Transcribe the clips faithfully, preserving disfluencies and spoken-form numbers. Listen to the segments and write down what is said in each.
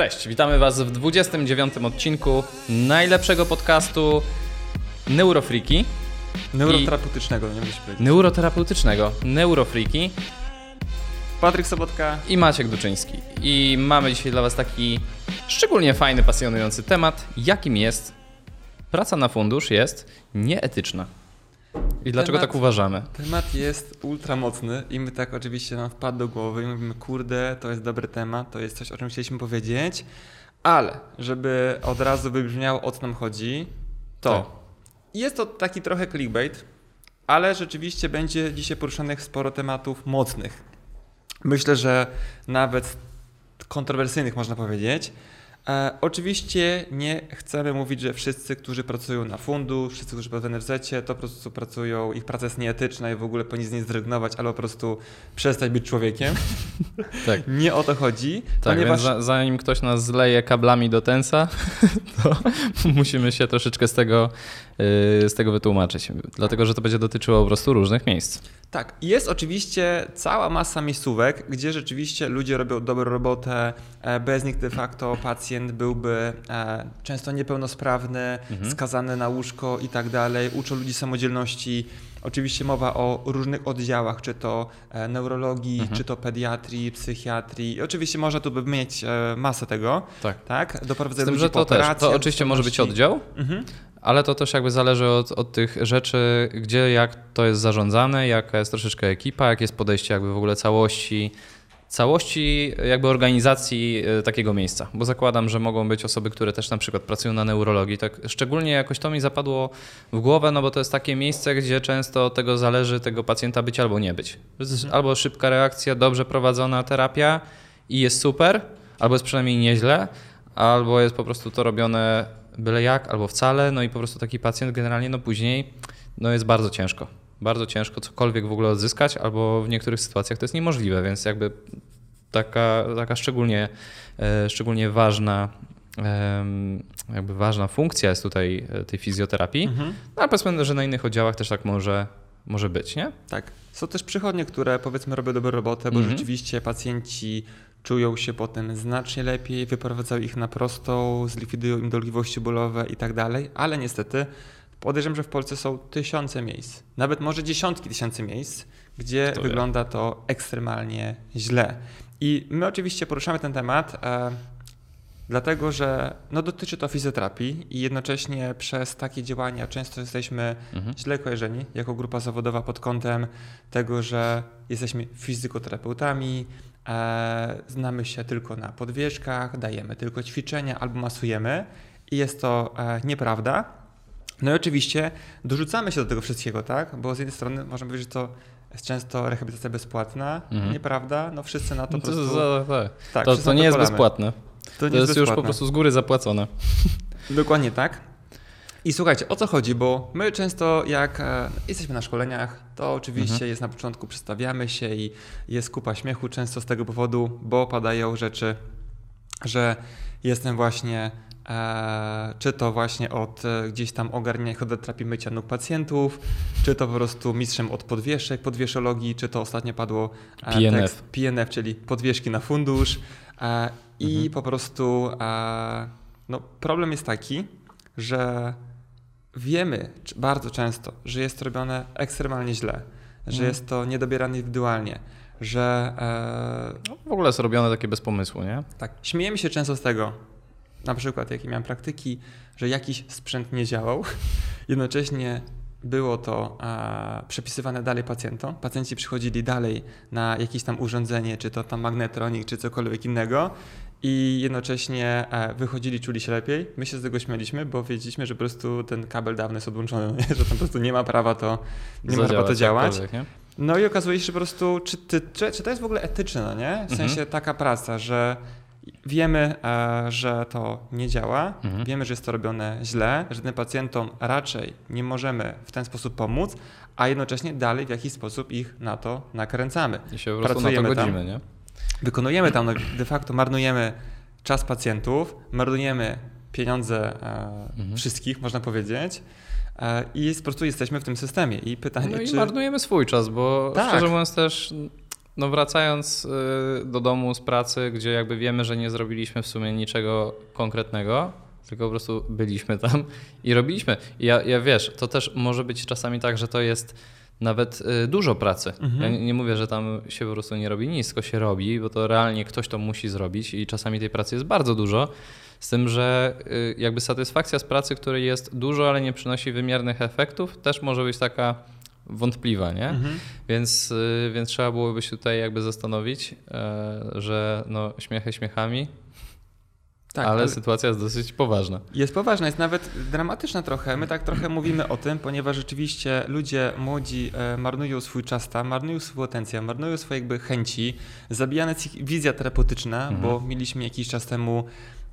Cześć, witamy Was w dwudziestym dziewiątym odcinku najlepszego podcastu Neurofreaki. Neuroterapeutycznego, nie musisz powiedzieć. Neuroterapeutycznego, Neurofreaki. Patryk Sobotka i Maciek Duczyński. I mamy dzisiaj dla Was taki szczególnie fajny, pasjonujący temat, jakim jest praca na fundusz jest nieetyczna. I dlaczego temat, tak uważamy? Temat jest ultra mocny i my tak oczywiście nam wpadł do głowy i mówimy, kurde, to jest dobry temat, to jest coś, o czym chcieliśmy powiedzieć, ale żeby od razu wybrzmiało, o co nam chodzi, to tak. Jest to taki trochę clickbait, ale rzeczywiście będzie dzisiaj poruszanych sporo tematów mocnych. Myślę, że nawet kontrowersyjnych można powiedzieć. E, oczywiście nie chcemy mówić, że wszyscy, którzy pracują na fundusz, wszyscy, którzy pracują w N F Z-cie, to po prostu pracują, ich praca jest nieetyczna i w ogóle powinni z niej zrezygnować, albo po prostu przestać być człowiekiem. Tak. Nie o to chodzi. Tak, ponieważ... więc za, zanim ktoś nas zleje kablami do tensa, to musimy się troszeczkę z tego, yy, z tego wytłumaczyć, dlatego że to będzie dotyczyło po prostu różnych miejsc. Tak, jest oczywiście cała masa miejscówek, gdzie rzeczywiście ludzie robią dobrą robotę, bez nich de facto pacjent byłby często niepełnosprawny, mhm. skazany na łóżko i tak dalej, uczą ludzi samodzielności. Oczywiście mowa o różnych oddziałach, czy to neurologii, mhm. czy to pediatrii, psychiatrii. I oczywiście można tu wymienić masę tego, tak, tak? Doprowadzać ludzi że po to też, to oczywiście może być oddział, mhm. ale to też jakby zależy od, od tych rzeczy, gdzie, jak to jest zarządzane, jaka jest troszeczkę ekipa, jak jest podejście jakby w ogóle całości, całości jakby organizacji takiego miejsca. Bo zakładam, że mogą być osoby, które też na przykład pracują na neurologii. Tak szczególnie jakoś to mi zapadło w głowę, no bo to jest takie miejsce, gdzie często od tego zależy tego pacjenta być albo nie być. Mhm. Albo szybka reakcja, dobrze prowadzona terapia i jest super, albo jest przynajmniej nieźle, albo jest po prostu to robione byle jak, albo wcale, no i po prostu taki pacjent generalnie no później no jest bardzo ciężko. Bardzo ciężko cokolwiek w ogóle odzyskać, albo w niektórych sytuacjach to jest niemożliwe, więc jakby taka, taka szczególnie, e, szczególnie ważna, e, jakby ważna funkcja jest tutaj tej fizjoterapii, mhm. no ale powiedzmy, że na innych oddziałach też tak może, może być, nie? Tak. Są też przychodnie, które powiedzmy robią dobrą robotę, bo mhm. rzeczywiście pacjenci czują się potem znacznie lepiej, wyprowadzają ich na prostą, zlikwidują im dolegliwości bólowe i tak dalej, ale niestety podejrzewam, że w Polsce są tysiące miejsc, nawet może dziesiątki tysięcy miejsc, gdzie to wygląda wie. to ekstremalnie źle. I my oczywiście poruszamy ten temat, e, dlatego że no, dotyczy to fizjoterapii i jednocześnie przez takie działania często jesteśmy mhm. źle kojarzeni jako grupa zawodowa pod kątem tego, że jesteśmy fizykoterapeutami, e, znamy się tylko na podwieszkach, dajemy tylko ćwiczenia albo masujemy i jest to e, nieprawda. No i oczywiście dorzucamy się do tego wszystkiego, tak? Bo z jednej strony możemy powiedzieć, że to jest często rehabilitacja bezpłatna, mhm. nieprawda? No wszyscy na to po prostu... To, to, tak, to, to nie jest bezpłatne. To, to jest, jest już po prostu z góry zapłacone. Dokładnie tak. I słuchajcie, o co chodzi? Bo my często jak e, jesteśmy na szkoleniach, to oczywiście mhm. jest na początku, przedstawiamy się i jest kupa śmiechu często z tego powodu, bo padają rzeczy, że jestem właśnie... E, czy to właśnie od e, gdzieś tam ogarniania chodoterapii mycia nóg pacjentów, czy to po prostu mistrzem od podwieszek, podwieszologii, czy to ostatnio padło e, P N F. tekst P N F, czyli podwieszki na fundusz e, i mhm. po prostu e, no, problem jest taki, że wiemy bardzo często, że jest to robione ekstremalnie źle, że mhm. jest to niedobierane indywidualnie, że e, no, w ogóle jest robione takie bez pomysłu, nie? Tak, śmiejemy się często z tego, na przykład jakie miałem praktyki, że jakiś sprzęt nie działał, jednocześnie było to a, przepisywane dalej pacjentom, pacjenci przychodzili dalej na jakieś tam urządzenie, czy to tam magnetronik, czy cokolwiek innego i jednocześnie a, wychodzili, czuli się lepiej. My się z tego śmialiśmy, bo wiedzieliśmy, że po prostu ten kabel dawno jest odłączony, nie? Że tam po prostu nie ma prawa to, nie ma prawa to działać. Nie? No i okazuje się, że po prostu, czy, ty, czy, czy to jest w ogóle etyczne, no nie? W sensie mhm. taka praca, że wiemy, że to nie działa, mhm. wiemy, że jest to robione źle, że tym pacjentom raczej nie możemy w ten sposób pomóc, a jednocześnie dalej w jakiś sposób ich na to nakręcamy. I się po prostu Pracujemy na to godzimy, tam, nie? Wykonujemy tam, no de facto marnujemy czas pacjentów, marnujemy pieniądze mhm. wszystkich, można powiedzieć, i po prostu jesteśmy w tym systemie. I pytanie, no i czy... marnujemy swój czas, bo tak. szczerze mówiąc też no wracając do domu z pracy, gdzie jakby wiemy, że nie zrobiliśmy w sumie niczego konkretnego, tylko po prostu byliśmy tam i robiliśmy. I ja, ja wiesz, to też może być czasami tak, że to jest nawet dużo pracy. Mhm. Ja nie, nie mówię, że tam się po prostu nie robi nic, tylko się robi, bo to realnie ktoś to musi zrobić i czasami tej pracy jest bardzo dużo. Z tym, że jakby satysfakcja z pracy, której jest dużo, ale nie przynosi wymiernych efektów, też może być taka wątpliwa, nie? Mhm. Więc, więc trzeba byłoby się tutaj jakby zastanowić, że no śmiechy śmiechami, tak, ale, ale sytuacja jest dosyć poważna. Jest poważna, jest nawet dramatyczna trochę. My tak trochę mówimy o tym, ponieważ rzeczywiście ludzie młodzi marnują swój czas tam, marnują swoją potencjał, marnują swoje jakby chęci, zabijana jest ich wizja terapeutyczna, mhm. bo mieliśmy jakiś czas temu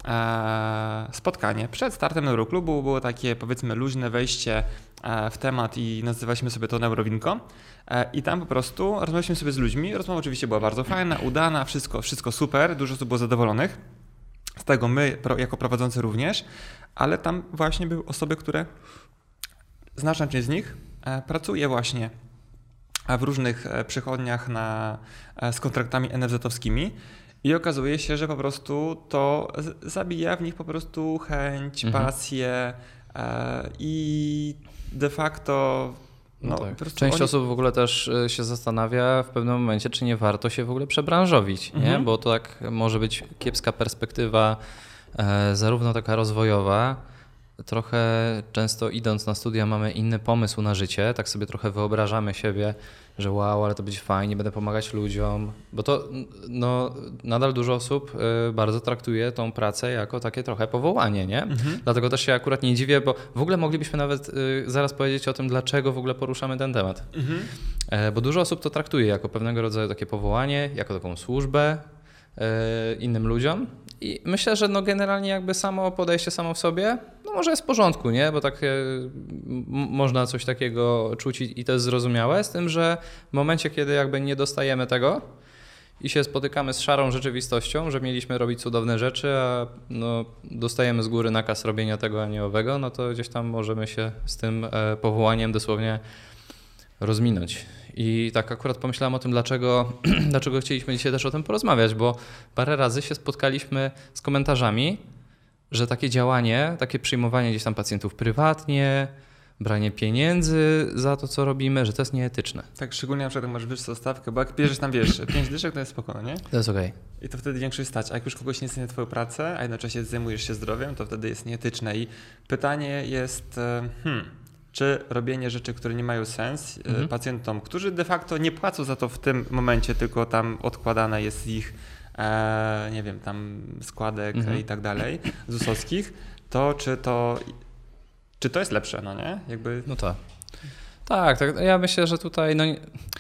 spotkanie przed startem Neuroklubu, było takie powiedzmy luźne wejście w temat i nazywaliśmy sobie to Neurowinko i tam po prostu rozmawialiśmy sobie z ludźmi. Rozmowa oczywiście była bardzo fajna, udana, wszystko, wszystko super, dużo osób było zadowolonych. Z tego my jako prowadzący również, ale tam właśnie były osoby, które, znaczna część z nich pracuje właśnie w różnych przychodniach na, z kontraktami en ef zet-owskimi i okazuje się, że po prostu to zabija w nich po prostu chęć, mhm. pasję i de facto... No, no tak. Część oni... osób w ogóle też się zastanawia w pewnym momencie, czy nie warto się w ogóle przebranżowić, mhm. nie? Bo to tak może być kiepska perspektywa, e, zarówno taka rozwojowa, trochę często idąc na studia mamy inny pomysł na życie, tak sobie trochę wyobrażamy siebie, że wow, ale to będzie fajnie, będę pomagać ludziom, bo to no, nadal dużo osób y, bardzo traktuje tą pracę jako takie trochę powołanie, nie? Mhm. Dlatego też się akurat nie dziwię, bo w ogóle moglibyśmy nawet y, zaraz powiedzieć o tym, dlaczego w ogóle poruszamy ten temat. Mhm. E, bo dużo osób to traktuje jako pewnego rodzaju takie powołanie, jako taką służbę y, innym ludziom. I myślę, że no generalnie jakby samo podejście samo w sobie, no może jest w porządku, nie? Bo tak e, m- można coś takiego czuć i, i to jest zrozumiałe, z tym, że w momencie, kiedy jakby nie dostajemy tego i się spotykamy z szarą rzeczywistością, że mieliśmy robić cudowne rzeczy, a no, dostajemy z góry nakaz robienia tego, a nie owego, no to gdzieś tam możemy się z tym e, powołaniem dosłownie rozminąć. I tak akurat pomyślałem o tym, dlaczego, dlaczego chcieliśmy dzisiaj też o tym porozmawiać, bo parę razy się spotkaliśmy z komentarzami, że takie działanie, takie przyjmowanie gdzieś tam pacjentów prywatnie, branie pieniędzy za to, co robimy, że to jest nieetyczne. Tak, szczególnie na przykład jak masz wyższą stawkę, bo jak bierzesz tam, wiesz, pięć dyszek, to jest spokojnie, nie? To jest okej. Okay. I to wtedy większość stać. A jak już kogoś nie ceni twoją pracę, a jednocześnie zajmujesz się zdrowiem, to wtedy jest nieetyczne. I pytanie jest, hmm, czy robienie rzeczy, które nie mają sens mhm. pacjentom, którzy de facto nie płacą za to w tym momencie, tylko tam odkładane jest ich, e, nie wiem, tam składek mhm. i tak dalej, zusowskich, to czy to czy to jest lepsze, no nie? Jakby... No tak. Tak, tak. Ja myślę, że tutaj no,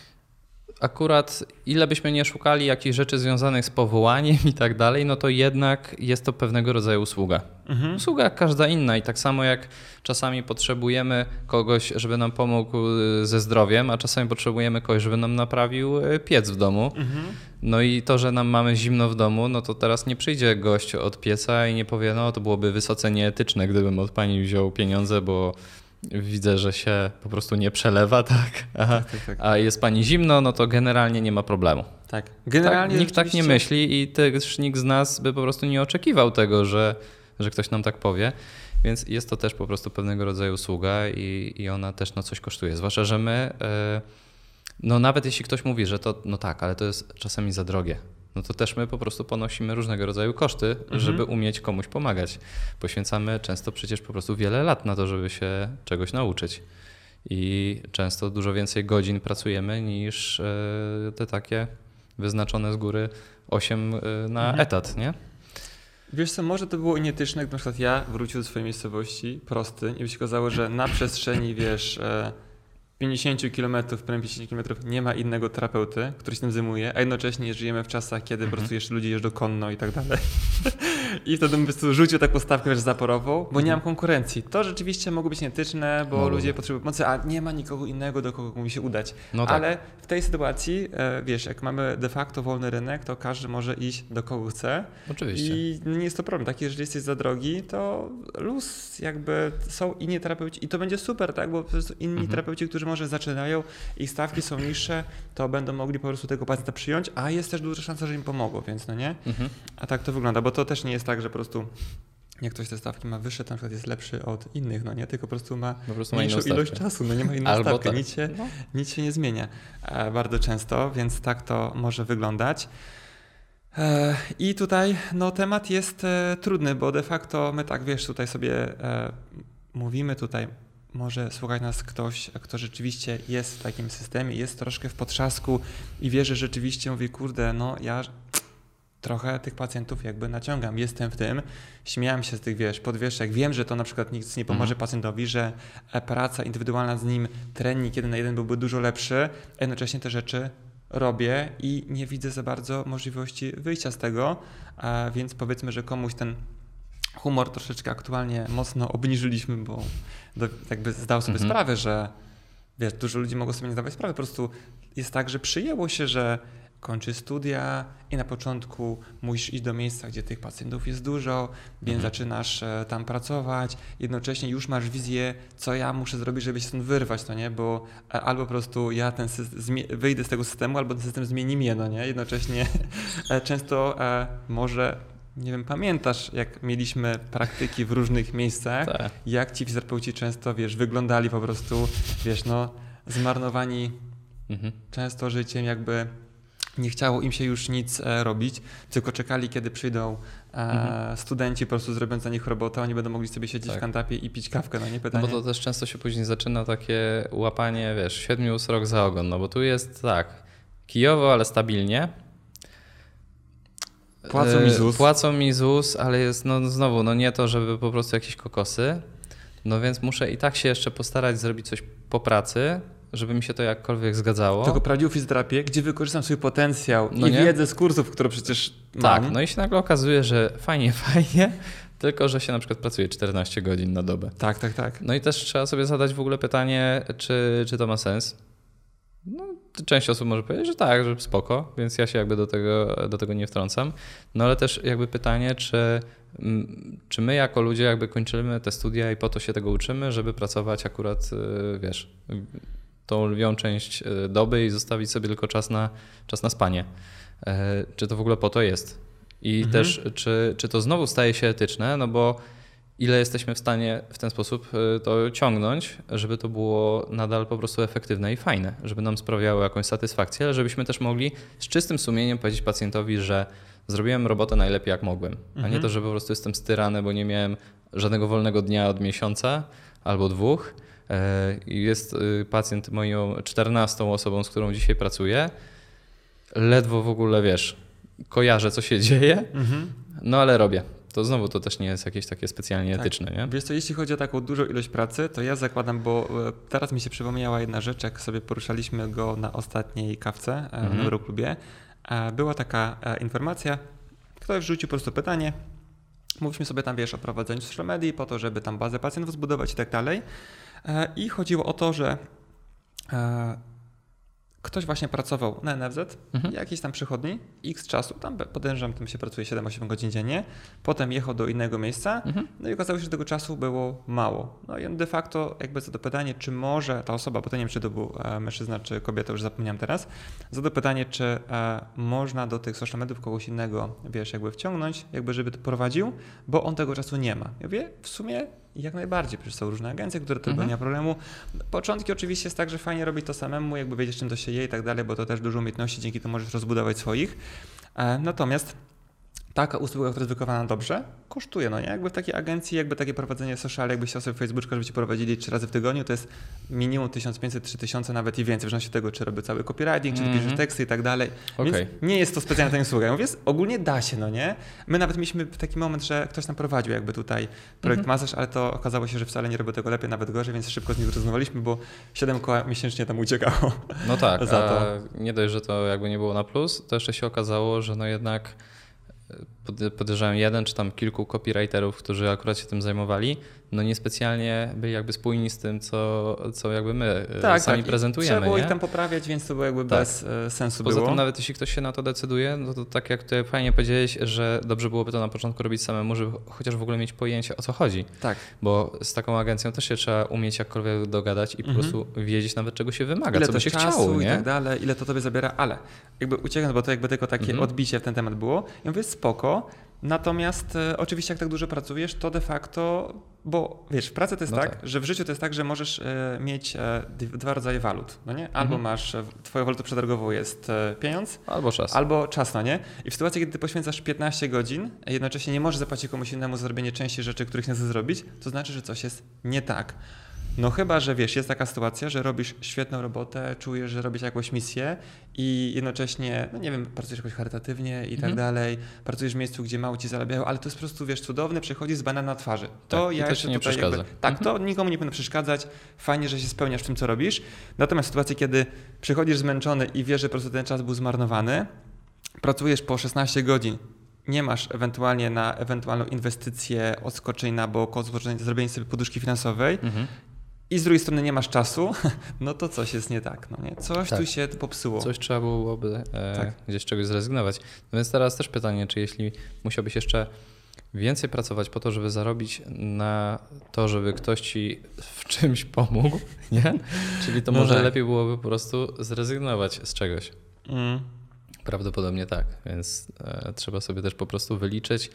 akurat ile byśmy nie szukali jakichś rzeczy związanych z powołaniem i tak dalej, no to jednak jest to pewnego rodzaju usługa. Mhm. Usługa jak każda inna i tak samo jak czasami potrzebujemy kogoś, żeby nam pomógł ze zdrowiem, a czasami potrzebujemy kogoś, żeby nam naprawił piec w domu. Mhm. No i to, że nam mamy zimno w domu, no to teraz nie przyjdzie gość od pieca i nie powie, no to byłoby wysoce nieetyczne, gdybym od pani wziął pieniądze, bo widzę, że się po prostu nie przelewa, tak? Aha. Tak, tak, tak. A jest pani zimno, no to generalnie nie ma problemu. Tak. Generalnie tak, nikt tak nie myśli i też nikt z nas by po prostu nie oczekiwał tego, że, że ktoś nam tak powie. Więc jest to też po prostu pewnego rodzaju usługa i, i ona też no, coś kosztuje. Zwłaszcza, że my, no nawet jeśli ktoś mówi, że to no tak, ale to jest czasami za drogie, no to też my po prostu ponosimy różnego rodzaju koszty, mhm. żeby umieć komuś pomagać. Poświęcamy często przecież po prostu wiele lat na to, żeby się czegoś nauczyć. I często dużo więcej godzin pracujemy niż te takie wyznaczone z góry osiem na mhm. etat, nie? Wiesz co, może to było nieetyczne, gdy na przykład ja wrócił do swojej miejscowości, prosty, i by się okazało, że na przestrzeni, wiesz, pięćdziesiąt kilometrów, pięćdziesiąt kilometrów nie ma innego terapeuty, który się tym zajmuje, a jednocześnie żyjemy w czasach, kiedy mhm. po prostu jeszcze ludzie jeżdżą konno i tak dalej. I wtedy bym po prostu rzucił taką stawkę wiesz, zaporową, bo nie mam konkurencji. To rzeczywiście mogło być nietyczne, bo Mogło. ludzie potrzebują pomocy, a nie ma nikogo innego, do kogo mi się udać. No tak. Ale w tej sytuacji, e, wiesz, jak mamy de facto wolny rynek, to każdy może iść do kogo chce. Oczywiście. I nie jest to problem. Tak, jeżeli jesteś za drogi, to luz, jakby są inni terapeuci i to będzie super, tak, bo po prostu inni Mhm. terapeuci, którzy może zaczynają, ich stawki są niższe, to będą mogli po prostu tego pacjenta przyjąć, a jest też duża szansa, że im pomogą, więc no nie? Mhm. A tak to wygląda, bo to też nie jest tak, że po prostu jak ktoś te stawki ma wyższe, to na przykład jest lepszy od innych, no nie? Tylko po prostu ma Po prostu ma mniejszą inną ilość stawkę. czasu, no nie ma inną Albo stawkę, tak. nic, się, No. nic się nie zmienia e, bardzo często, więc tak to może wyglądać. E, I tutaj no, temat jest e, trudny, bo de facto my tak, wiesz, tutaj sobie e, mówimy tutaj, może słuchać nas ktoś, kto rzeczywiście jest w takim systemie, jest troszkę w potrzasku i wie, że rzeczywiście mówi, kurde, no ja trochę tych pacjentów jakby naciągam, jestem w tym, śmiałem się z tych, wiesz, podwieszek, wiem, że to na przykład nic nie pomoże Mhm. pacjentowi, że praca indywidualna z nim, trening jeden na jeden byłby dużo lepszy, a jednocześnie te rzeczy robię i nie widzę za bardzo możliwości wyjścia z tego, a więc powiedzmy, że komuś ten humor troszeczkę aktualnie mocno obniżyliśmy, bo do, jakby zdał sobie Mhm. sprawę, że wiesz, dużo ludzi mogło sobie nie zdawać sprawy, po prostu jest tak, że przyjęło się, że kończy studia i na początku musisz iść do miejsca, gdzie tych pacjentów jest dużo, więc Mhm. zaczynasz e, tam pracować, jednocześnie już masz wizję, co ja muszę zrobić, żeby się stąd wyrwać, no nie, bo e, albo po prostu ja ten system, zmie- wyjdę z tego systemu, albo ten system zmieni mnie, no nie, jednocześnie e, często e, może, nie wiem, pamiętasz, jak mieliśmy praktyki w różnych miejscach, Tak. jak ci fizjoterapeuci często, wiesz, wyglądali po prostu, wiesz, no, zmarnowani Mhm. często życiem, jakby nie chciało im się już nic e, robić, tylko czekali, kiedy przyjdą e, Mhm. studenci, po prostu zrobiąc za nich robotę, oni będą mogli sobie siedzieć Tak. w kanapie i pić kawkę, no nie No pytanie. bo to też często się później zaczyna takie łapanie, wiesz, siedmiu srok za ogon, no bo tu jest tak, kijowo, ale stabilnie. Płacą mi E, ZUS. Płacą mi ZUS, ale jest no znowu, no nie to, żeby po prostu jakieś kokosy, no więc muszę i tak się jeszcze postarać zrobić coś po pracy, żeby mi się to jakkolwiek zgadzało. Tylko prawdziwą fizjoterapię, gdzie wykorzystam swój potencjał No i nie? wiedzę z kursów, które przecież Tak, mam. no i się nagle okazuje, że fajnie, fajnie, tylko że się na przykład pracuje czternaście godzin na dobę. Tak, tak, tak. No i też trzeba sobie zadać w ogóle pytanie, czy, czy to ma sens. No, część osób może powiedzieć, że tak, że spoko, więc ja się jakby do tego, do tego nie wtrącam. No ale też jakby pytanie, czy, mm, czy my jako ludzie jakby kończymy te studia i po to się tego uczymy, żeby pracować akurat, y, wiesz, tą lwią część y, doby i zostawić sobie tylko czas na, czas na spanie. E, Czy to w ogóle po to jest? I Mhm. też, czy, czy to znowu staje się etyczne, no bo ile jesteśmy w stanie w ten sposób y, to ciągnąć, żeby to było nadal po prostu efektywne i fajne, żeby nam sprawiało jakąś satysfakcję, ale żebyśmy też mogli z czystym sumieniem powiedzieć pacjentowi, że zrobiłem robotę najlepiej jak mogłem, a nie Mhm. to, że po prostu jestem styrany, bo nie miałem żadnego wolnego dnia od miesiąca albo dwóch. E, I jest y, pacjent moją czternastą osobą, z którą dzisiaj pracuję. Ledwo w ogóle, wiesz, kojarzę, co się dzieje, Mhm. no ale robię. To znowu to też nie jest jakieś takie specjalnie Tak. etyczne, nie? Wiesz co, jeśli chodzi o taką dużą ilość pracy, to ja zakładam, bo e, teraz mi się przypomniała jedna rzecz, jak sobie poruszaliśmy go na ostatniej kawce e, w Mhm. Neuroklubie. E, Była taka e, informacja, ktoś wrzucił po prostu pytanie, mówiliśmy sobie tam, wiesz, o prowadzeniu social media po to, żeby tam bazę pacjentów zbudować i tak dalej. E, I chodziło o to, że e, ktoś właśnie pracował na N F Z, Mhm. jakiejś tam przychodni, x czasu, tam podejrzewam, tam się pracuje siedem osiem godzin dziennie, potem jechał do innego miejsca, Mhm. no i okazało się, że tego czasu było mało. No i on de facto jakby zadał pytanie, czy może ta osoba, bo to nie wiem, czy to był e, mężczyzna, czy kobieta, już zapomniałem teraz, zadał pytanie, czy e, można do tych social mediów kogoś innego, wiesz, jakby wciągnąć, jakby żeby to prowadził, bo on tego czasu nie ma. Ja mówię, w sumie jak najbardziej, przecież są różne agencje, które to Mhm. nie ma problemu. Początki oczywiście jest tak, że fajnie robić to samemu, jakby wiedzieć, czym to się je i tak dalej, bo to też dużo umiejętności, dzięki temu możesz rozbudować swoich. E, natomiast taka usługa, która jest wykonana dobrze, kosztuje, no nie? Jakby w takiej agencji, jakby takie prowadzenie social, jakbyś chciał sobie Facebooka, żeby ci prowadzili trzy razy w tygodniu, to jest minimum tysiąc pięćset do trzech tysięcy, nawet i więcej, w zależności od tego, czy robię cały copywriting, czy ty Mhm. piszesz teksty i tak dalej. Okej. Więc nie jest to specjalnie ta usługa. Ja mówię, ogólnie da się, no nie? My nawet mieliśmy taki moment, że ktoś nam prowadził jakby tutaj projekt Mhm. masaż, ale to okazało się, że wcale nie robię tego lepiej, nawet gorzej, więc szybko z nim zrezygnowaliśmy, bo siedem koła miesięcznie tam uciekało. No tak, za to. a nie dość, że to jakby nie było na plus, to jeszcze się okazało, że no jednak podejrzewam jeden czy tam kilku copywriterów, którzy akurat się tym zajmowali, no niespecjalnie byli jakby spójni z tym, co, co jakby my tak, sami tak. prezentujemy. Trzeba było nie? ich tam poprawiać, więc to było jakby tak. bez e, sensu Poza było. tym nawet jeśli ktoś się na to decyduje, no to tak jak tutaj fajnie powiedziałeś, że dobrze byłoby to na początku robić samemu, żeby chociaż w ogóle mieć pojęcie, o co chodzi. Tak. Bo z taką agencją też się trzeba umieć jakkolwiek dogadać i po Mhm. prostu wiedzieć nawet, czego się wymaga, Ile co by się czasu chciało, i nie? tak dalej, ile to tobie zabiera, ale jakby uciekając, bo to jakby tylko takie Mhm. odbicie w ten temat było, ja mówię spoko, natomiast e, oczywiście jak tak dużo pracujesz, to de facto, bo wiesz, w pracy to jest No tak, tak. że w życiu to jest tak, że możesz e, mieć e, dwa rodzaje walut, no nie? Albo Mhm. masz, e, twoją walutą przetargową jest e, pieniądz, Albo czas. albo czas, no nie? I w sytuacji, kiedy ty poświęcasz piętnaście godzin, a jednocześnie nie możesz zapłacić komuś innemu za zrobienie części rzeczy, których nie chcesz zrobić, to znaczy, że coś jest nie tak. No chyba, że wiesz, jest taka sytuacja, że robisz świetną robotę, czujesz, że robisz jakąś misję i jednocześnie, no nie wiem, pracujesz jakoś charytatywnie i Mhm. tak dalej, pracujesz w miejscu, gdzie mało ci zarabiają, ale to jest po prostu, wiesz, cudowne, przechodzisz z banem na twarzy. To Tak, i ja to jeszcze ci nie tutaj przeszkadza. jakby, tak, to nikomu nie powinno przeszkadzać, fajnie, że się spełniasz w tym, co robisz, natomiast w sytuacji, kiedy przychodzisz zmęczony i wiesz, że po prostu ten czas był zmarnowany, pracujesz po szesnaście godzin, nie masz ewentualnie na ewentualną inwestycję, odskoczeń na bok, odskoczeń, zrobienie sobie poduszki finansowej, Mhm. i z drugiej strony nie masz czasu, no to coś jest nie tak, no nie? Coś Tak. tu się popsuło. Coś trzeba byłoby e, Tak. gdzieś z czegoś zrezygnować. No więc teraz też pytanie, czy jeśli musiałbyś jeszcze więcej pracować po to, żeby zarobić na to, żeby ktoś ci w czymś pomógł, nie? Czyli to No może tak. lepiej byłoby po prostu zrezygnować z czegoś. Mm. Prawdopodobnie tak, więc e, trzeba sobie też po prostu wyliczyć.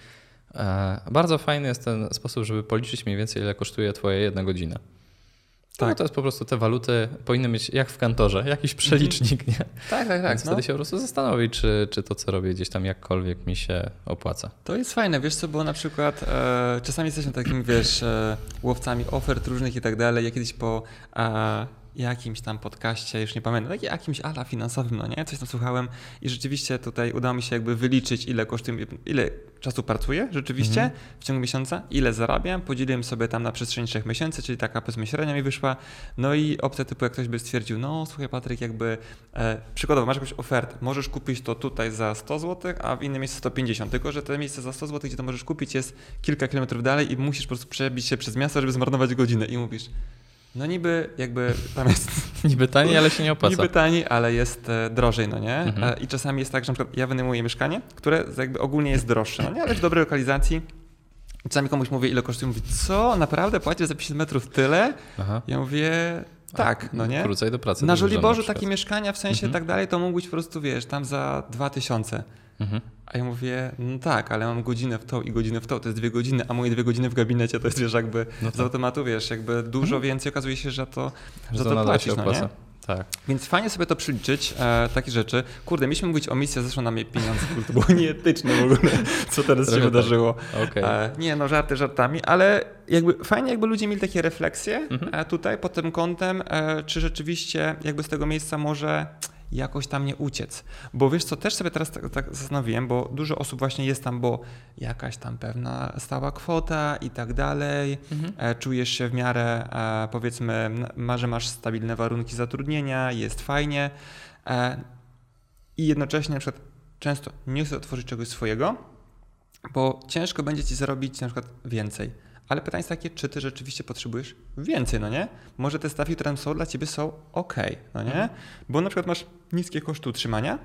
E, bardzo fajny jest ten sposób, żeby policzyć mniej więcej, ile kosztuje twoja jedna godzina. Tak. No to jest po prostu te waluty powinny mieć jak w kantorze, jakiś przelicznik, nie? Tak, tak, tak. Więc No. wtedy się po prostu zastanowić, czy, czy to, co robię gdzieś tam jakkolwiek mi się opłaca. To jest fajne, wiesz co, bo na przykład e, czasami jesteśmy takimi, wiesz, e, łowcami ofert różnych i tak dalej. Ja kiedyś po e, jakimś tam podcaście, już nie pamiętam, tak, jakimś ala finansowym, no nie, coś tam słuchałem i rzeczywiście tutaj udało mi się jakby wyliczyć, ile kosztuje, ile czasu pracuję rzeczywiście Mhm. w ciągu miesiąca, ile zarabiam, podzieliłem sobie tam na przestrzeni trzech miesięcy, czyli taka powiedzmy średnia mi wyszła, no i opcja typu jak ktoś by stwierdził, no słuchaj Patryk, jakby e, przykładowo masz jakąś ofertę, możesz kupić to tutaj za sto złotych, a w innym miejscu sto pięćdziesiąt, tylko że to miejsce za sto złotych, gdzie to możesz kupić jest kilka kilometrów dalej i musisz po prostu przebić się przez miasto, żeby zmarnować godzinę i mówisz, no niby jakby tam jest Niby taniej, ale się nie opłaca. niby taniej, ale jest e, drożej, no nie? Mhm. E, I czasami jest tak, że na przykład ja wynajmuję mieszkanie, które jakby ogólnie jest droższe, no nie? Ale w dobrej lokalizacji. I czasami komuś mówię, ile kosztuje, mówi, co? Naprawdę płacisz za pięćdziesiąt metrów tyle? Aha. Ja mówię, tak, no nie? Wrócaj do pracy. Na też Żoliborzu na przykład. takie mieszkania, w sensie Mhm. tak dalej, to mógł być po prostu, wiesz, tam za dwa tysiące. Mhm. A ja mówię, no tak, ale mam godzinę w tą i godzinę w tą, to jest dwie godziny, a moje dwie godziny w gabinecie to jest, wiesz, jakby No z tak. automatu, wiesz, jakby dużo więcej okazuje się, że to, Że że to to nadal płacisz, się no opłaca. nie? Tak. Więc fajnie sobie to przeliczyć, e, takie rzeczy. Kurde, mieliśmy mówić o misji, a zeszło nam jej pieniądze, to było nieetyczne w ogóle, co teraz Trochę się tak. wydarzyło. Okej. E, nie, no żarty żartami, ale jakby fajnie jakby ludzie mieli takie refleksje Mhm. e, tutaj pod tym kątem, e, czy rzeczywiście jakby z tego miejsca może jakoś tam nie uciec. Bo wiesz co, też sobie teraz tak, tak zastanowiłem, bo dużo osób właśnie jest tam, bo jakaś tam pewna stała kwota i tak dalej, Mhm. e, czujesz się w miarę, e, powiedzmy, ma, że masz stabilne warunki zatrudnienia, jest fajnie e, i jednocześnie na przykład często nie chcę otworzyć czegoś swojego, bo ciężko będzie ci zarobić na przykład więcej. Ale pytanie jest takie, czy ty rzeczywiście potrzebujesz więcej, no nie? Może te stawki, które tam są dla ciebie są ok, no nie? Mhm. Bo na przykład masz niskie koszty utrzymania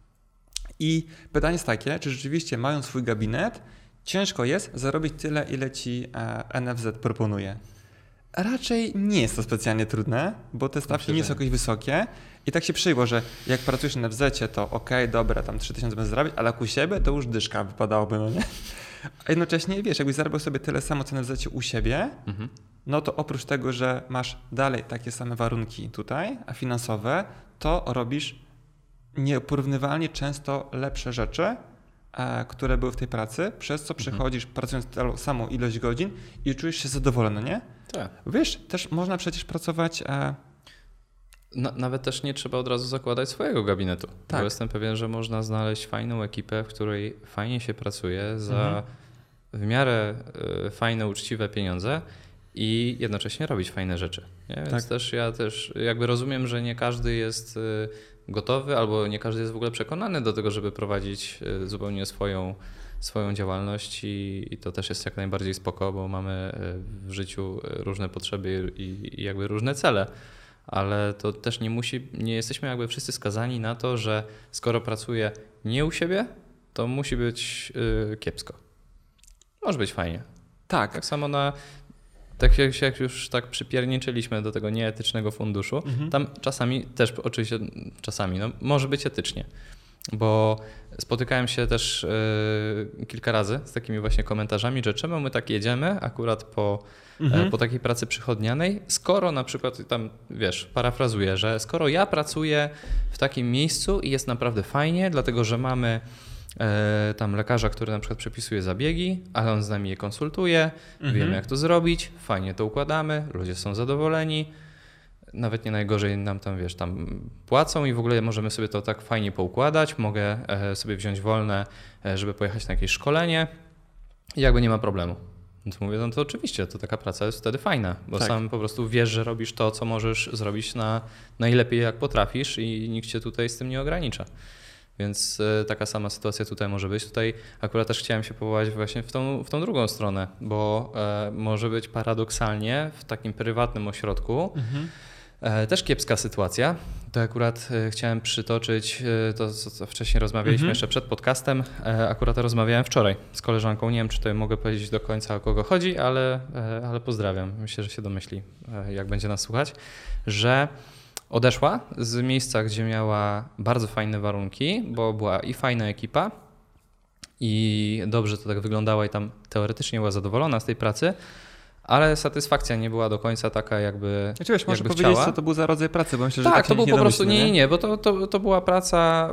i pytanie jest takie, czy rzeczywiście mając swój gabinet, ciężko jest zarobić tyle, ile ci e, N F Z proponuje. Raczej nie jest to specjalnie trudne, bo te stawki Myślę, nie że są jakoś wysokie i tak się przyjęło, że jak pracujesz na N F Z-cie, to okej, dobra, tam trzy tysiące będę zarabiać, ale jak u siebie to już dyszka wypadałoby, no nie? A jednocześnie, wiesz, jakbyś zarabiał sobie tyle samo, co na N F Z-cie u siebie, Mhm. no to oprócz tego, że masz dalej takie same warunki tutaj, a finansowe, to robisz nieporównywalnie często lepsze rzeczy, e, które były w tej pracy, przez co przychodzisz pracując tę samą ilość godzin i czujesz się zadowolony, nie? Tak. Wiesz, też można przecież pracować... E, Na, nawet też nie trzeba od razu zakładać swojego gabinetu. Tak. Bo jestem pewien, że można znaleźć fajną ekipę, w której fajnie się pracuje za Mhm. w miarę y, fajne, uczciwe pieniądze i jednocześnie robić fajne rzeczy. Nie? Więc Tak. też ja też jakby rozumiem, że nie każdy jest y, gotowy albo nie każdy jest w ogóle przekonany do tego, żeby prowadzić y, zupełnie swoją swoją działalność i, i to też jest jak najbardziej spoko, bo mamy w życiu różne potrzeby i, i jakby różne cele. Ale to też nie musi, nie jesteśmy jakby wszyscy skazani na to, że skoro pracuję nie u siebie, to musi być yy, kiepsko. Może być fajnie. Tak. Tak samo na, tak jak, jak już tak przypierniczyliśmy do tego nieetycznego funduszu, mhm. tam czasami też, oczywiście czasami, no może być etycznie, bo spotykałem się też yy, kilka razy z takimi właśnie komentarzami, że czemu my tak jedziemy akurat po Mhm. po takiej pracy przychodnianej, skoro na przykład tam, wiesz, parafrazuję, że skoro ja pracuję w takim miejscu i jest naprawdę fajnie, dlatego że mamy e, tam lekarza, który na przykład przepisuje zabiegi, ale on z nami je konsultuje, mhm. wiemy jak to zrobić, fajnie to układamy, ludzie są zadowoleni, nawet nie najgorzej nam tam, wiesz, tam płacą i w ogóle możemy sobie to tak fajnie poukładać, mogę e, sobie wziąć wolne, e, żeby pojechać na jakieś szkolenie i jakby nie ma problemu. No to mówię, no to oczywiście, to taka praca jest wtedy fajna, bo tak. sam po prostu wiesz, że robisz to, co możesz zrobić na najlepiej jak potrafisz i nikt cię tutaj z tym nie ogranicza. Więc y, taka sama sytuacja tutaj może być. Tutaj akurat też chciałem się powołać właśnie w tą, w tą drugą stronę, bo e, może być paradoksalnie w takim prywatnym ośrodku mhm. e, też kiepska sytuacja. To akurat e, chciałem przytoczyć e, to, co, co wcześniej rozmawialiśmy mhm. jeszcze przed podcastem. E, akurat rozmawiałem wczoraj z koleżanką. Nie wiem, czy tutaj mogę powiedzieć do końca, o kogo chodzi, ale, e, ale pozdrawiam. Myślę, że się domyśli, e, jak będzie nas słuchać, że odeszła z miejsca, gdzie miała bardzo fajne warunki, bo była i fajna ekipa i dobrze to tak wyglądało i tam teoretycznie była zadowolona z tej pracy, ale satysfakcja nie była do końca taka, jakby Znaczy, wiesz, może jakby powiedzieć, chciała. Co to był za rodzaj pracy, bo myślę, tak, że tak to był nie po prostu, domyślę, nie, nie, nie, bo to, to, to była praca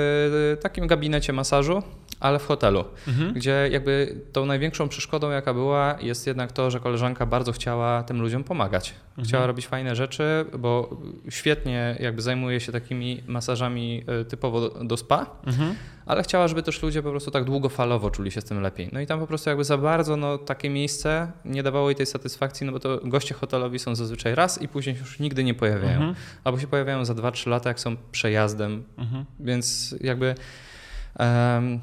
w takim gabinecie masażu, ale w hotelu, mhm. gdzie jakby tą największą przeszkodą, jaka była, jest jednak to, że koleżanka bardzo chciała tym ludziom pomagać. Mhm. Chciała robić fajne rzeczy, bo świetnie jakby zajmuje się takimi masażami typowo do, do spa, mhm. ale chciała, żeby też ludzie po prostu tak długofalowo czuli się z tym lepiej. No i tam po prostu jakby za bardzo no, takie miejsce nie dawało jej tej satysfakcji, no bo to goście hotelowi są zazwyczaj raz i później już nigdy nie pojawiają. Mhm. Albo się pojawiają za dwa trzy lata, jak są przejazdem, mhm. więc jakby um,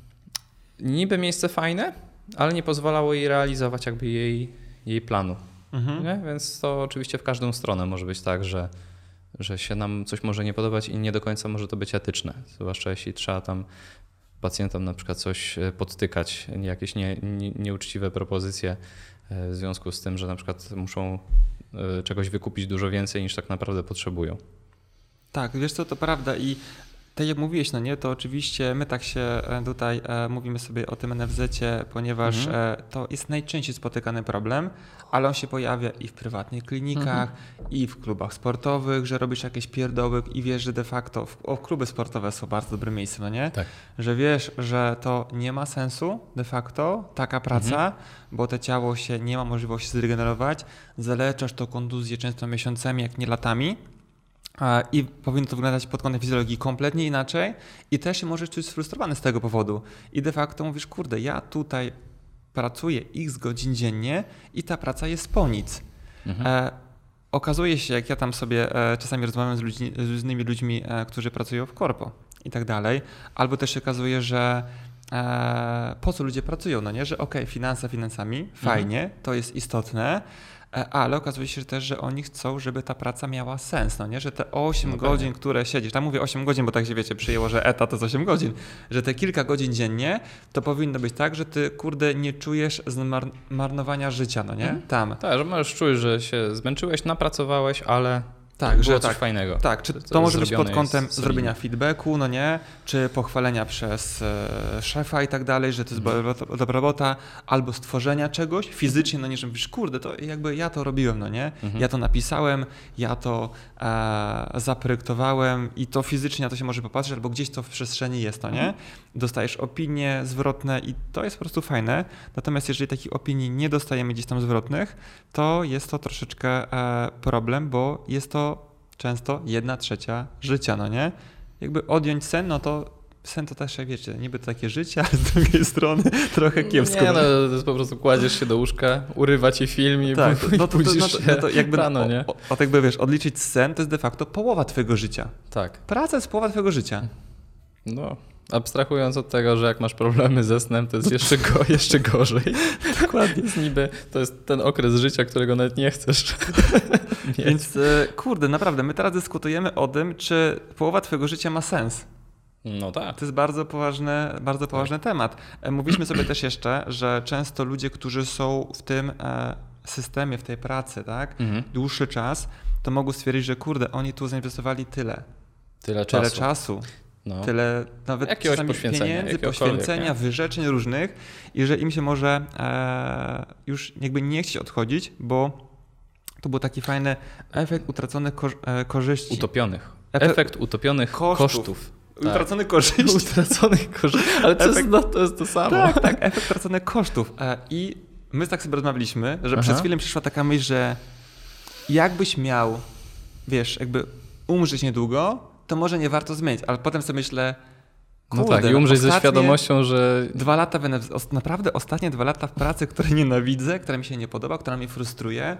niby miejsce fajne, ale nie pozwalało jej realizować jakby jej, jej planu. Mhm. Nie? Więc to oczywiście w każdą stronę może być tak, że że się nam coś może nie podobać i nie do końca może to być etyczne, zwłaszcza jeśli trzeba tam pacjentom na przykład coś podtykać, jakieś nie, nie, nieuczciwe propozycje w związku z tym, że na przykład muszą czegoś wykupić dużo więcej niż tak naprawdę potrzebują. Tak, wiesz co, to prawda i tak jak mówiłeś, no nie, to oczywiście my tak się tutaj e, mówimy sobie o tym en ef zecie, ponieważ mhm. e, to jest najczęściej spotykany problem, ale on się pojawia i w prywatnych klinikach, mhm. i w klubach sportowych, że robisz jakieś pierdoły i wiesz, że de facto w, o, kluby sportowe są bardzo dobre miejsce, no nie? Tak. Że wiesz, że to nie ma sensu de facto, taka praca, mhm. bo to ciało się nie ma możliwości zregenerować, zaleczasz to kontuzję często miesiącami, jak nie latami. I powinno to wyglądać pod kątem fizjologii kompletnie inaczej i też się możesz czuć sfrustrowany z tego powodu. I de facto mówisz, kurde, ja tutaj pracuję x godzin dziennie i ta praca jest po nic. Mhm. E, okazuje się, jak ja tam sobie e, czasami rozmawiam z, ludźmi, z różnymi ludźmi, e, którzy pracują w korpo i tak dalej, albo też się okazuje, że e, po co ludzie pracują, no nie, że okej, okay, finanse finansami, fajnie, mhm. to jest istotne, ale okazuje się też, że oni chcą, żeby ta praca miała sens, no nie? Że te osiem no godzin, pewnie. które siedzisz, tam mówię osiem godzin, bo tak się wiecie, przyjęło, że etat to jest osiem godzin, że te kilka godzin dziennie to powinno być tak, że ty kurde nie czujesz zmarnowania życia, no nie? Hmm. Tam. Tak, że możesz czuć, że się zmęczyłeś, napracowałeś, ale tak, było że coś tak, fajnego. Tak, czy to, to może być pod kątem zrobienia feedbacku, no nie, czy pochwalenia przez e, szefa i tak dalej, że to jest mm. dobra robota, albo stworzenia czegoś fizycznie, no nie, że mówisz, kurde, to jakby ja to robiłem, no nie, mm-hmm. ja to napisałem, ja to e, zaprojektowałem i to fizycznie na to się może popatrzeć, albo gdzieś to w przestrzeni jest, no nie, mm. dostajesz opinie zwrotne i to jest po prostu fajne, natomiast jeżeli takich opinii nie dostajemy gdzieś tam zwrotnych, to jest to troszeczkę e, problem, bo jest to często jedna trzecia życia, no nie? Jakby odjąć sen, no to sen to też, jak wiecie, niby takie życie, ale z drugiej strony trochę kiepsko. Nie, no to jest po prostu kładziesz się do łóżka, urywa ci film i tak, no to, to, no to, no to jakby rano, nie? O, o, jakby wiesz, odliczyć sen to jest de facto połowa twojego życia. Tak. Praca jest połowa twojego życia. No, abstrahując od tego, że jak masz problemy ze snem, to jest jeszcze, go, jeszcze gorzej. Dokładnie. Jest niby, to jest ten okres życia, którego nawet nie chcesz. Więc kurde, naprawdę, my teraz dyskutujemy o tym, czy połowa twojego życia ma sens. No tak. To jest bardzo poważny, bardzo poważny tak. temat. Mówiliśmy sobie też jeszcze, że często ludzie, którzy są w tym systemie, w tej pracy, tak, mhm. dłuższy czas, to mogą stwierdzić, że kurde, oni tu zainwestowali tyle. Tyle czasu. Tyle czasu. No. Tyle nawet jakiegoś czasami poświęcenia, pieniędzy, poświęcenia, nie? wyrzeczeń różnych i że im się może e, już jakby nie chcieć odchodzić, bo to był taki fajny efekt utraconych ko- e, korzyści. Utopionych. Efekt utopionych kosztów. kosztów. Tak. Utraconych korzyści. Utraconych korzyści. Ale to, efekt, jest, no, to jest to samo. Tak, tak, efekt utraconych kosztów. E, I my tak sobie rozmawialiśmy, że Aha. przez chwilę przyszła taka myśl, że jakbyś miał, wiesz, jakby umrzeć niedługo, to może nie warto zmienić, ale potem sobie myślę, kurde, no tak, i umrzeć ze świadomością, że... Dwa lata, naprawdę ostatnie dwa lata w pracy, które nienawidzę, która mi się nie podoba, która mnie frustruje,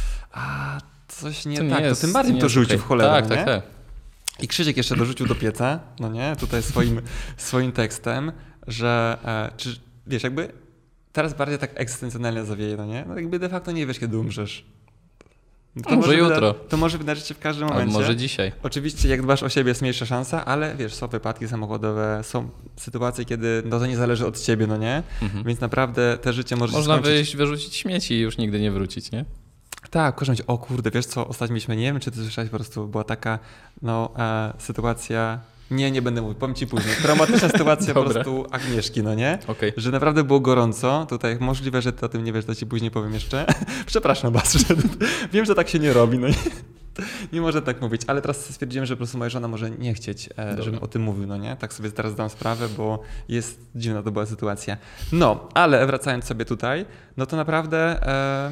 a coś nie, nie tak, jest, to tym bardziej to, to rzucił okay. w cholerę, tak, nie? tak, tak. I Krzysiek jeszcze dorzucił do pieca, no nie, tutaj swoim, swoim tekstem, że, e, czy, wiesz, jakby teraz bardziej tak egzystencjonalnie zawieje, no nie? No jakby de facto nie wiesz, kiedy umrzesz. To może jutro. Wyda- to może wydarzyć się w każdym momencie. A może dzisiaj. Oczywiście jak dbasz o siebie jest mniejsza szansa, ale wiesz, są wypadki samochodowe, są sytuacje, kiedy no to nie zależy od ciebie, no nie? Mhm. Więc naprawdę te życie może Można się skończyć. wyjść, wyrzucić śmieci i już nigdy nie wrócić, nie? Tak, korzystać. O kurde, wiesz co, ostatnio mieliśmy, nie wiem czy ty słyszałeś, po prostu była taka no e, sytuacja, nie, nie będę mówił, powiem ci później, traumatyczna sytuacja po prostu Agnieszki, no nie? Okay. Że naprawdę było gorąco, tutaj możliwe, że ty o tym nie wiesz, to ci później powiem jeszcze. Przepraszam was, że wiem, że tak się nie robi, no nie? Nie można tak mówić, ale teraz stwierdziłem, że po prostu moja żona może nie chcieć, e, żebym o tym mówił, no nie? Tak sobie teraz zdam sprawę, bo jest dziwna to była sytuacja. No, ale wracając sobie tutaj, no to naprawdę... E,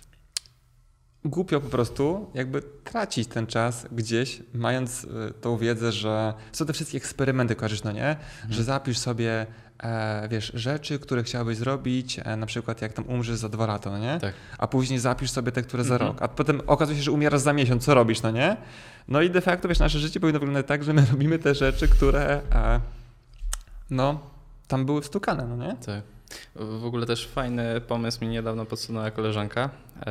głupio po prostu jakby tracić ten czas gdzieś, mając tą wiedzę, że są te wszystkie eksperymenty, kojarzysz, no nie? Mhm. Że zapisz sobie, e, wiesz, rzeczy, które chciałbyś zrobić, e, na przykład jak tam umrzesz za dwa lata, no nie? Tak. A później zapisz sobie te, które za mhm. rok, a potem okazuje się, że umierasz za miesiąc, co robisz, no nie? No i de facto, wiesz, nasze życie powinno wyglądać tak, że my robimy te rzeczy, które e, no, tam były wstukane, no nie? Tak. W ogóle też fajny pomysł mi niedawno podsunęła koleżanka, yy,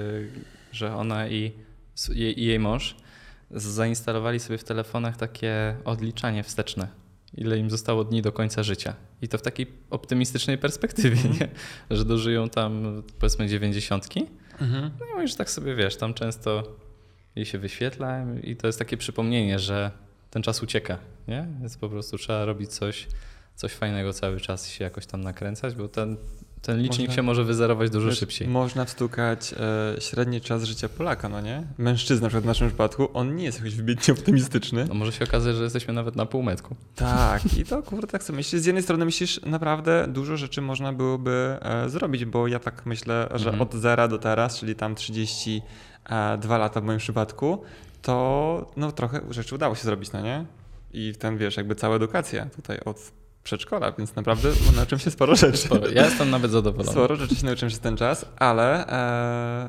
że ona i, i jej mąż zainstalowali sobie w telefonach takie odliczanie wsteczne, ile im zostało dni do końca życia. I to w takiej optymistycznej perspektywie, mm. nie? Że dożyją tam powiedzmy dziewięćdziesiątki. Mm-hmm. No i że tak sobie wiesz, tam często jej się wyświetla i to jest takie przypomnienie, że ten czas ucieka, nie? Więc po prostu trzeba robić coś, coś fajnego cały czas i się jakoś tam nakręcać, bo ten Ten licznik można, się może wyzerować dużo wiesz, szybciej. Można wstukać e, średni czas życia Polaka, no nie? Mężczyzna na przykład w naszym przypadku, on nie jest jakoś wybitnie optymistyczny. No może się okazać, że jesteśmy nawet na półmetku. Tak, i to kurde, tak sobie myślisz. Z jednej strony myślisz, naprawdę dużo rzeczy można byłoby e, zrobić, bo ja tak myślę, że mhm. od zera do teraz, czyli tam trzydzieści dwa lata w moim przypadku, to no trochę rzeczy udało się zrobić, no nie? I ten, wiesz, jakby cała edukacja tutaj od przedszkola, więc naprawdę nauczyłem się sporo rzeczy. Sporo. Ja jestem nawet zadowolony. Sporo rzeczy się nauczyłem przez ten czas, ale e,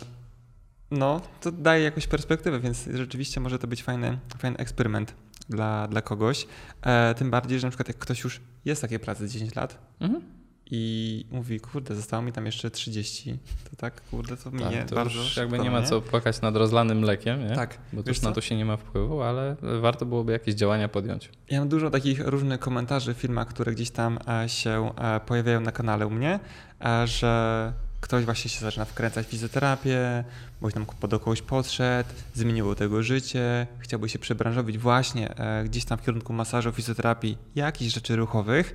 no, to daje jakąś perspektywę, więc rzeczywiście może to być fajny, fajny eksperyment dla, dla kogoś. E, tym bardziej, że na przykład jak ktoś już jest w takiej pracy dziesięć lat mhm. i mówi, kurde, zostało mi tam jeszcze trzydzieści, to tak, kurde, to minie tak, to bardzo już szybko, jakby nie ma co płakać nad rozlanym mlekiem, nie? Tak. Bo już na to się nie ma wpływu, ale warto byłoby jakieś działania podjąć. Ja mam dużo takich różnych komentarzy w filmach, które gdzieś tam się pojawiają na kanale u mnie, że ktoś właśnie się zaczyna wkręcać w fizjoterapię, bo tam do kogoś podszedł, zmieniło tego życie, chciałby się przebranżowić właśnie gdzieś tam w kierunku masażu, fizjoterapii, jakichś rzeczy ruchowych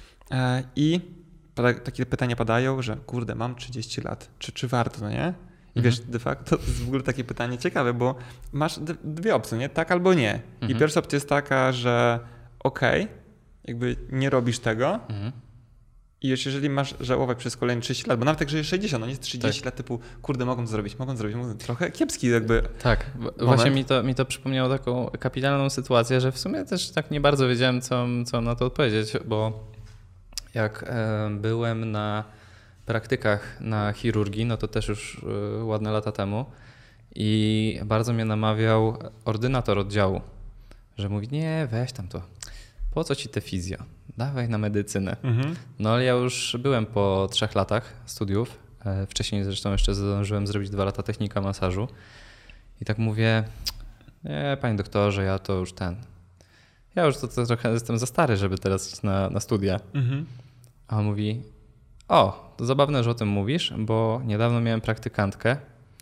i takie pytania padają, że kurde, mam trzydzieści lat, czy, czy warto, no nie? I wiesz, de facto to jest w ogóle takie pytanie ciekawe, bo masz dwie opcje, nie? Tak albo nie. Mhm. I pierwsza opcja jest taka, że okej, okay, jakby nie robisz tego mhm. i już jeżeli masz żałować przez kolejne trzydzieści lat, bo nawet jak żyjesz sześćdziesiąt, no nie jest trzydzieści tak. lat typu, kurde, mogą to zrobić, mogą to zrobić, mogą... trochę kiepski jakby Tak, moment. Właśnie mi to, mi to przypomniało taką kapitalną sytuację, że w sumie też tak nie bardzo wiedziałem, co, co mam na to odpowiedzieć, bo jak e, byłem na praktykach na chirurgii, no to też już y, ładne lata temu i bardzo mnie namawiał ordynator oddziału, że mówi, nie, weź tam to, po co ci te fizjo? Dawaj na medycynę. Mhm. No ale ja już byłem po trzech latach studiów. Wcześniej zresztą jeszcze zdążyłem zrobić dwa lata technika masażu. I tak mówię, nie, panie doktorze, ja to już ten... Ja już to, to trochę jestem za stary, żeby teraz iść na, na studia. Mhm. A on mówi, o, to zabawne, że o tym mówisz, bo niedawno miałem praktykantkę,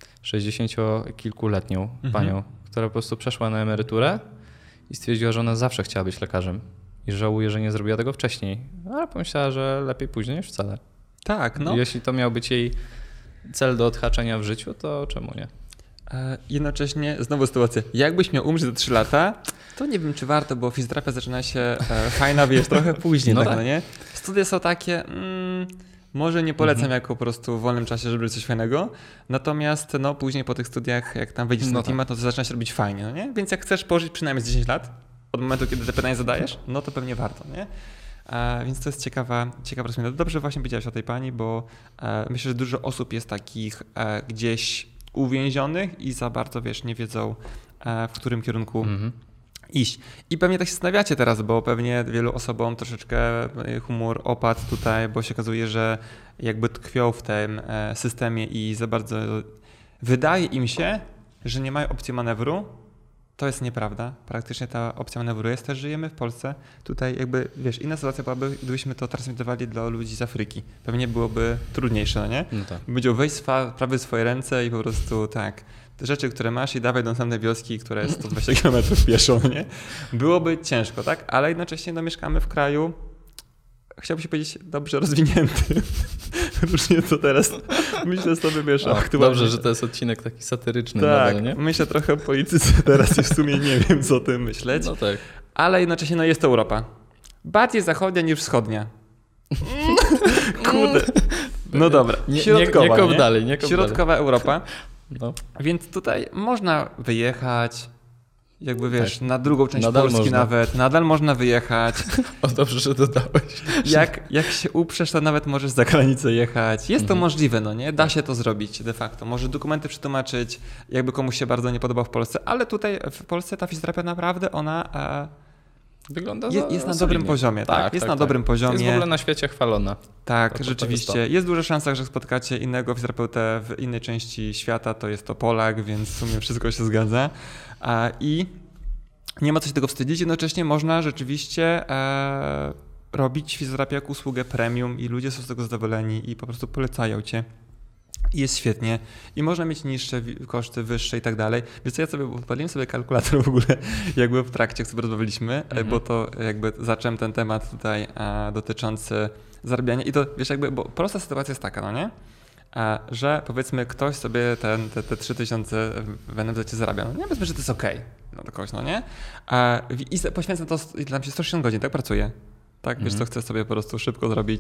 sześćdziesięciokilkuletnią mhm. panią, która po prostu przeszła na emeryturę i stwierdziła, że ona zawsze chciała być lekarzem i żałuje, że nie zrobiła tego wcześniej, ale pomyślała, że lepiej później niż wcale. Tak, no. Jeśli to miał być jej cel do odhaczenia w życiu, to czemu nie? E, jednocześnie znowu sytuacja, jakbyś miał umrzeć za trzy lata, to nie wiem, czy warto, bo fizjoterapia zaczyna się e, fajna, wiesz, trochę później, no tak, tak. no nie? Studia są takie, mm, może nie polecam mhm. jako po prostu w wolnym czasie, żeby robić coś fajnego, natomiast no później po tych studiach, jak tam wejdziesz no na klimat, tak. no to zaczyna się robić fajnie, no nie? Więc jak chcesz pożyć przynajmniej z dziesięć lat, od momentu, kiedy te pytania zadajesz, no to pewnie warto, nie? E, więc to jest ciekawa, ciekawa rozmowa. Dobrze właśnie powiedziałeś o tej pani, bo e, myślę, że dużo osób jest takich e, gdzieś uwięzionych i za bardzo, wiesz, nie wiedzą, e, w którym kierunku mhm. iść. I pewnie tak się zastanawiacie teraz, bo pewnie wielu osobom troszeczkę humor opadł tutaj, bo się okazuje, że jakby tkwią w tym e, systemie i za bardzo wydaje im się, że nie mają opcji manewru. To jest nieprawda. Praktycznie ta opcja manewru jest. Też żyjemy w Polsce. Tutaj jakby, wiesz, inna sytuacja byłaby, gdybyśmy to transmitowali dla ludzi z Afryki. Pewnie byłoby trudniejsze, no nie? No tak. Będzie wejść sprawy w swoje ręce i po prostu tak, te rzeczy, które masz i dawaj do następnej wioski, która jest sto dwadzieścia kilometrów pieszo, no nie? Byłoby ciężko, tak? Ale jednocześnie no, mieszkamy w kraju, chciałbym się powiedzieć, dobrze rozwinięty. Różnie to teraz myślę sobie, wiesz, o, aktualnie. Dobrze, że to jest odcinek taki satyryczny. Tak, nadal, nie? myślę trochę o polityce teraz i w sumie nie wiem, co o tym myśleć. No tak. Ale jednocześnie no, jest to Europa. Bardziej zachodnia niż wschodnia. Kurde. No dobra, nie, środkowa, nie, nie kop nie? dalej, nie kop Środkowa dalej. Europa. No. Więc tutaj można wyjechać, jakby wiesz, tak. na drugą część Nadal Polski można. nawet, nadal można wyjechać. O, dobrze, że dodałeś. Jak, jak się uprzesz, to nawet możesz za granicę jechać. Jest to mhm. możliwe, no nie? Da się to zrobić de facto. Może dokumenty przetłumaczyć, jakby komuś się bardzo nie podobał w Polsce, ale tutaj w Polsce ta fizjoterapia naprawdę ona e, Wygląda jest, za, jest na za dobrym solidnie. poziomie, tak? tak jest tak, na tak. dobrym poziomie. Jest w ogóle na świecie chwalona. Tak, to, to rzeczywiście. To jest, jest duża szansa, że spotkacie innego fizjoterapeutę w innej części świata, to jest to Polak, więc w sumie wszystko się zgadza. A, I nie ma co się tego wstydzić, jednocześnie można rzeczywiście e, robić fizjoterapię jako usługę premium i ludzie są z tego zadowoleni i po prostu polecają cię. I jest świetnie i można mieć niższe koszty, wyższe i tak dalej. Więc ja sobie odpaliłem sobie kalkulator w ogóle jakby w trakcie, jak sobie rozmawialiśmy, mhm. bo to jakby zacząłem ten temat tutaj a, dotyczący zarabiania i to wiesz jakby, bo prosta sytuacja jest taka, no nie? A, że powiedzmy ktoś sobie ten, te, te trzy tysiące w N F Z zarabia. No nie, powiedzmy, że to jest okej okay dla kogoś, no nie? A, I poświęcam to, dla mnie sto sześćdziesiąt godzin, tak pracuję. Tak, mhm. wiesz co, chcę sobie po prostu szybko zrobić.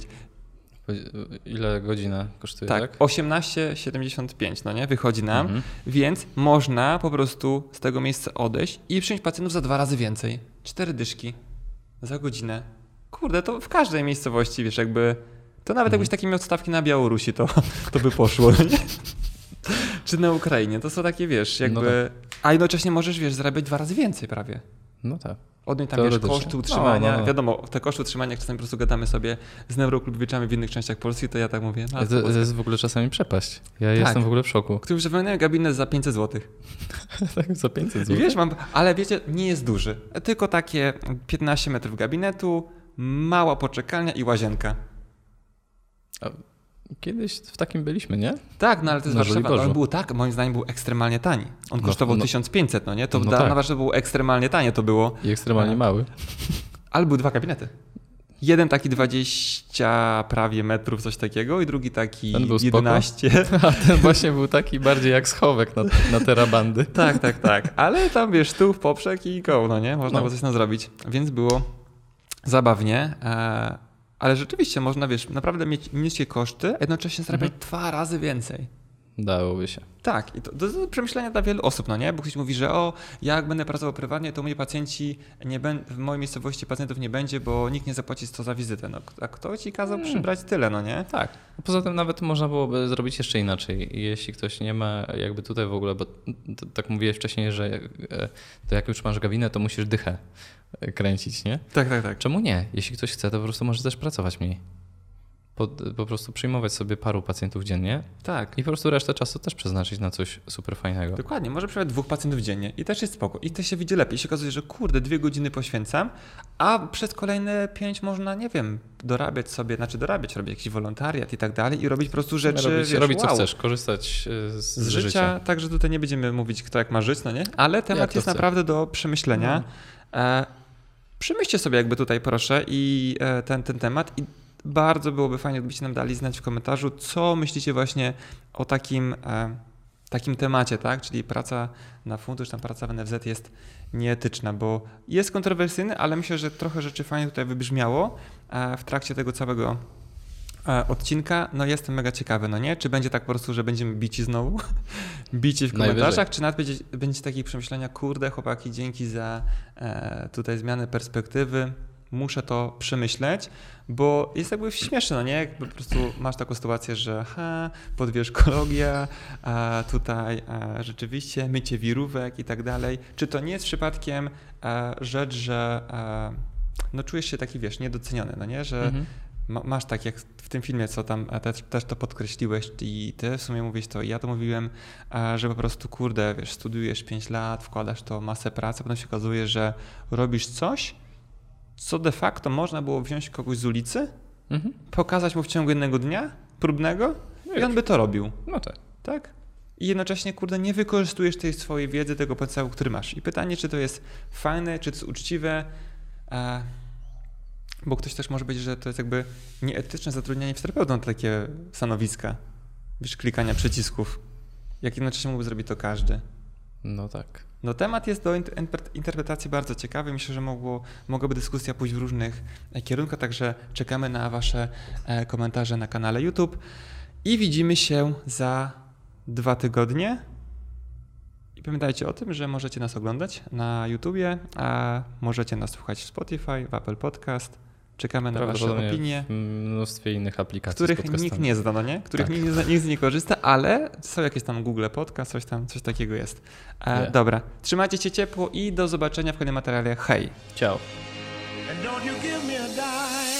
Ile godzina kosztuje, tak? Tak, osiemnaście siedemdziesiąt pięć, no nie, wychodzi nam, mhm. więc można po prostu z tego miejsca odejść i przyjąć pacjentów za dwa razy więcej. Cztery dyszki za godzinę. Kurde, to w każdej miejscowości, wiesz, jakby, to nawet mhm. jakbyś takie miał stawki na Białorusi, to, to by poszło, no nie? Czy na Ukrainie, to są takie, wiesz, jakby, no tak. a jednocześnie możesz, wiesz, zarabiać dwa razy więcej prawie. No tak. Odnieść tam, wiesz, koszty utrzymania. No, no, no. Wiadomo, te koszty utrzymania, jak czasami po prostu gadamy sobie z neuroklubowiczami w innych częściach Polski, to ja tak mówię. No, to, to jest w ogóle czasami przepaść. Ja tak. jestem w ogóle w szoku. Którym wypełniają gabinet za pięćset złotych. Tak, za pięćset złotych? I wiesz, mam, ale wiecie, nie jest duży. Tylko takie piętnaście metrów gabinetu, mała poczekalnia i łazienka. A kiedyś w takim byliśmy, nie? Tak, no ale to jest Warszawa. On był tak, moim zdaniem był ekstremalnie tani. On no, kosztował no, tysiąc pięćset, no nie? To no da, tak. na Warszawie było ekstremalnie tanie, to było. I ekstremalnie a, mały. Ale były dwa gabinety. Jeden taki dwadzieścia prawie metrów, coś takiego i drugi taki ten był jedenaście. Spoko. A ten właśnie był taki bardziej jak schowek na, na terabandy. Tak, tak, tak. Ale tam wiesz, tył w poprzek i go, no nie? Można no. było coś tam zrobić. Więc było zabawnie. E, ale rzeczywiście można, wiesz, naprawdę mieć niskie koszty, a jednocześnie zarabiać mhm. dwa razy więcej. Dałoby się. Tak, i to do przemyślenia dla wielu osób, no nie? Bo ktoś mówi, że o, jak będę pracował prywatnie, to moi pacjenci, nie ben- w mojej miejscowości pacjentów nie będzie, bo nikt nie zapłaci sto za wizytę. No, a kto ci kazał Hmm. przybrać tyle, no nie? Tak. Poza tym nawet można byłoby zrobić jeszcze inaczej. Jeśli ktoś nie ma jakby tutaj w ogóle, bo to, tak mówiłeś wcześniej, że e, to jak już masz gabinę, to musisz dychę kręcić, nie? Tak, tak, tak. Czemu nie? Jeśli ktoś chce, to po prostu może też pracować mniej. Po, po prostu przyjmować sobie paru pacjentów dziennie Tak. i po prostu resztę czasu też przeznaczyć na coś super fajnego. Dokładnie, może przyjmować dwóch pacjentów dziennie i też jest spoko. I to się widzi lepiej. I się okazuje, że kurde, dwie godziny poświęcam, a przez kolejne pięć można, nie wiem, dorabiać sobie, znaczy dorabiać, robić jakiś wolontariat i tak dalej i robić po prostu rzeczy, robić, wiesz, robić co wow. chcesz, korzystać z, z, z życia, życia. Także tutaj nie będziemy mówić, kto jak ma żyć, no nie? Ale temat jest chce. naprawdę do przemyślenia. No. E, przemyślcie sobie jakby tutaj proszę i e, ten, ten temat i bardzo byłoby fajnie, gdybyście nam dali znać w komentarzu, co myślicie właśnie o takim, e, takim temacie, tak? Czyli praca na fundusz, tam praca w N F Z jest nieetyczna, bo jest kontrowersyjny, ale myślę, że trochę rzeczy fajnie tutaj wybrzmiało e, w trakcie tego całego e, odcinka. No jestem mega ciekawy, no nie? Czy będzie tak po prostu, że będziemy bici znowu? bici w komentarzach, Najwyżej. czy nawet będzie, będzie takich przemyślenia, kurde chłopaki, dzięki za e, tutaj zmianę perspektywy. Muszę to przemyśleć, bo jest jakby śmieszne, no nie? Jakby po prostu masz taką sytuację, że ha, podwierzchologia, a tutaj a, rzeczywiście mycie wirówek i tak dalej. Czy to nie jest przypadkiem a, rzecz, że a, no czujesz się taki, wiesz, niedoceniony, no nie? Że Mhm. ma, masz tak jak w tym filmie, co tam a, też, też to podkreśliłeś i ty w sumie mówisz to i ja to mówiłem, a, że po prostu kurde, wiesz, studiujesz pięć lat, wkładasz to masę pracy, potem się okazuje, że robisz coś, co de facto można było wziąć kogoś z ulicy, Mhm. pokazać mu w ciągu jednego dnia próbnego i on by to robił, No tak. tak? I jednocześnie, kurde, nie wykorzystujesz tej swojej wiedzy, tego potencjału, który masz. I pytanie, czy to jest fajne, czy to jest uczciwe, e, bo ktoś też może powiedzieć, że to jest jakby nieetyczne zatrudnianie fizjoterapeutą na takie stanowiska, wiesz, klikania przycisków, jak jednocześnie mógłby zrobić to każdy. No tak. No temat jest do interpretacji bardzo ciekawy. Myślę, że mogło, mogłaby dyskusja pójść w różnych kierunkach, także czekamy na wasze komentarze na kanale YouTube i widzimy się za dwa tygodnie. I pamiętajcie o tym, że możecie nas oglądać na YouTubie, a możecie nas słuchać w Spotify, w Apple Podcast. Czekamy na wasze opinie. W mnóstwie innych aplikacji. Których nikt nie zna, no nie? Których tak. nikt, nikt nie korzysta, ale są jakieś tam Google Podcast, coś tam, coś takiego jest. E, yeah. Dobra, trzymajcie się ciepło i do zobaczenia w kolejnym materiale. Hej! Ciao! And don't you give me a dime.